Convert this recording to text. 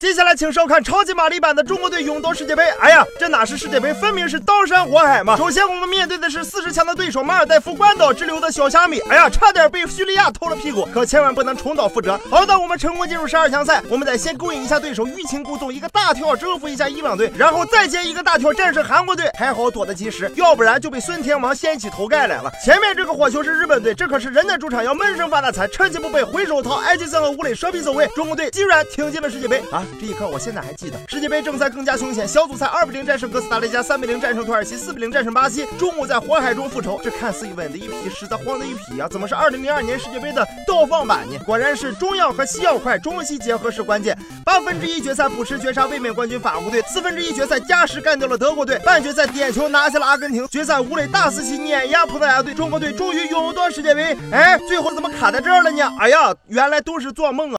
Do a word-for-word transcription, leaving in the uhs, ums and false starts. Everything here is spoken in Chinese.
接下来请收看超级玛丽版的中国队勇夺世界杯。哎呀，这哪是世界杯，分明是刀山火海嘛！首先我们面对的是四十强的对手马尔代夫关岛之流的小虾米，哎呀，差点被叙利亚偷了屁股，可千万不能重蹈覆辙。好的，我们成功进入十二强赛，我们得先勾引一下对手，欲擒故纵，一个大跳征服一下伊朗队，然后再接一个大跳战胜韩国队，还好躲得及时，要不然就被孙天王掀起头盖来了。前面这个火球是日本队，这可是人家主场要闷声发大财，趁其不备回手掏埃及森和吴磊蛇皮走位，中国队居然挺进了世界杯啊！这一刻我现在还记得，世界杯正赛更加凶险，小组赛二比零战胜哥斯达黎加，三比零战胜土耳其，四比零战胜巴西，中午在火海中复仇，这看似稳的一批，实在慌的一批啊！怎么是二零零二年世界杯的倒放版呢？果然是中药和西药快，中西结合是关键。八分之一决赛补时绝杀卫冕冠军法国队，四分之一决赛加时干掉了德国队，半决赛点球拿下了阿根廷，决赛吴磊大四喜碾压葡萄牙队，中国队终于勇夺世界杯。哎，最后怎么卡在这儿了呢？哎呀，原来都是做梦啊！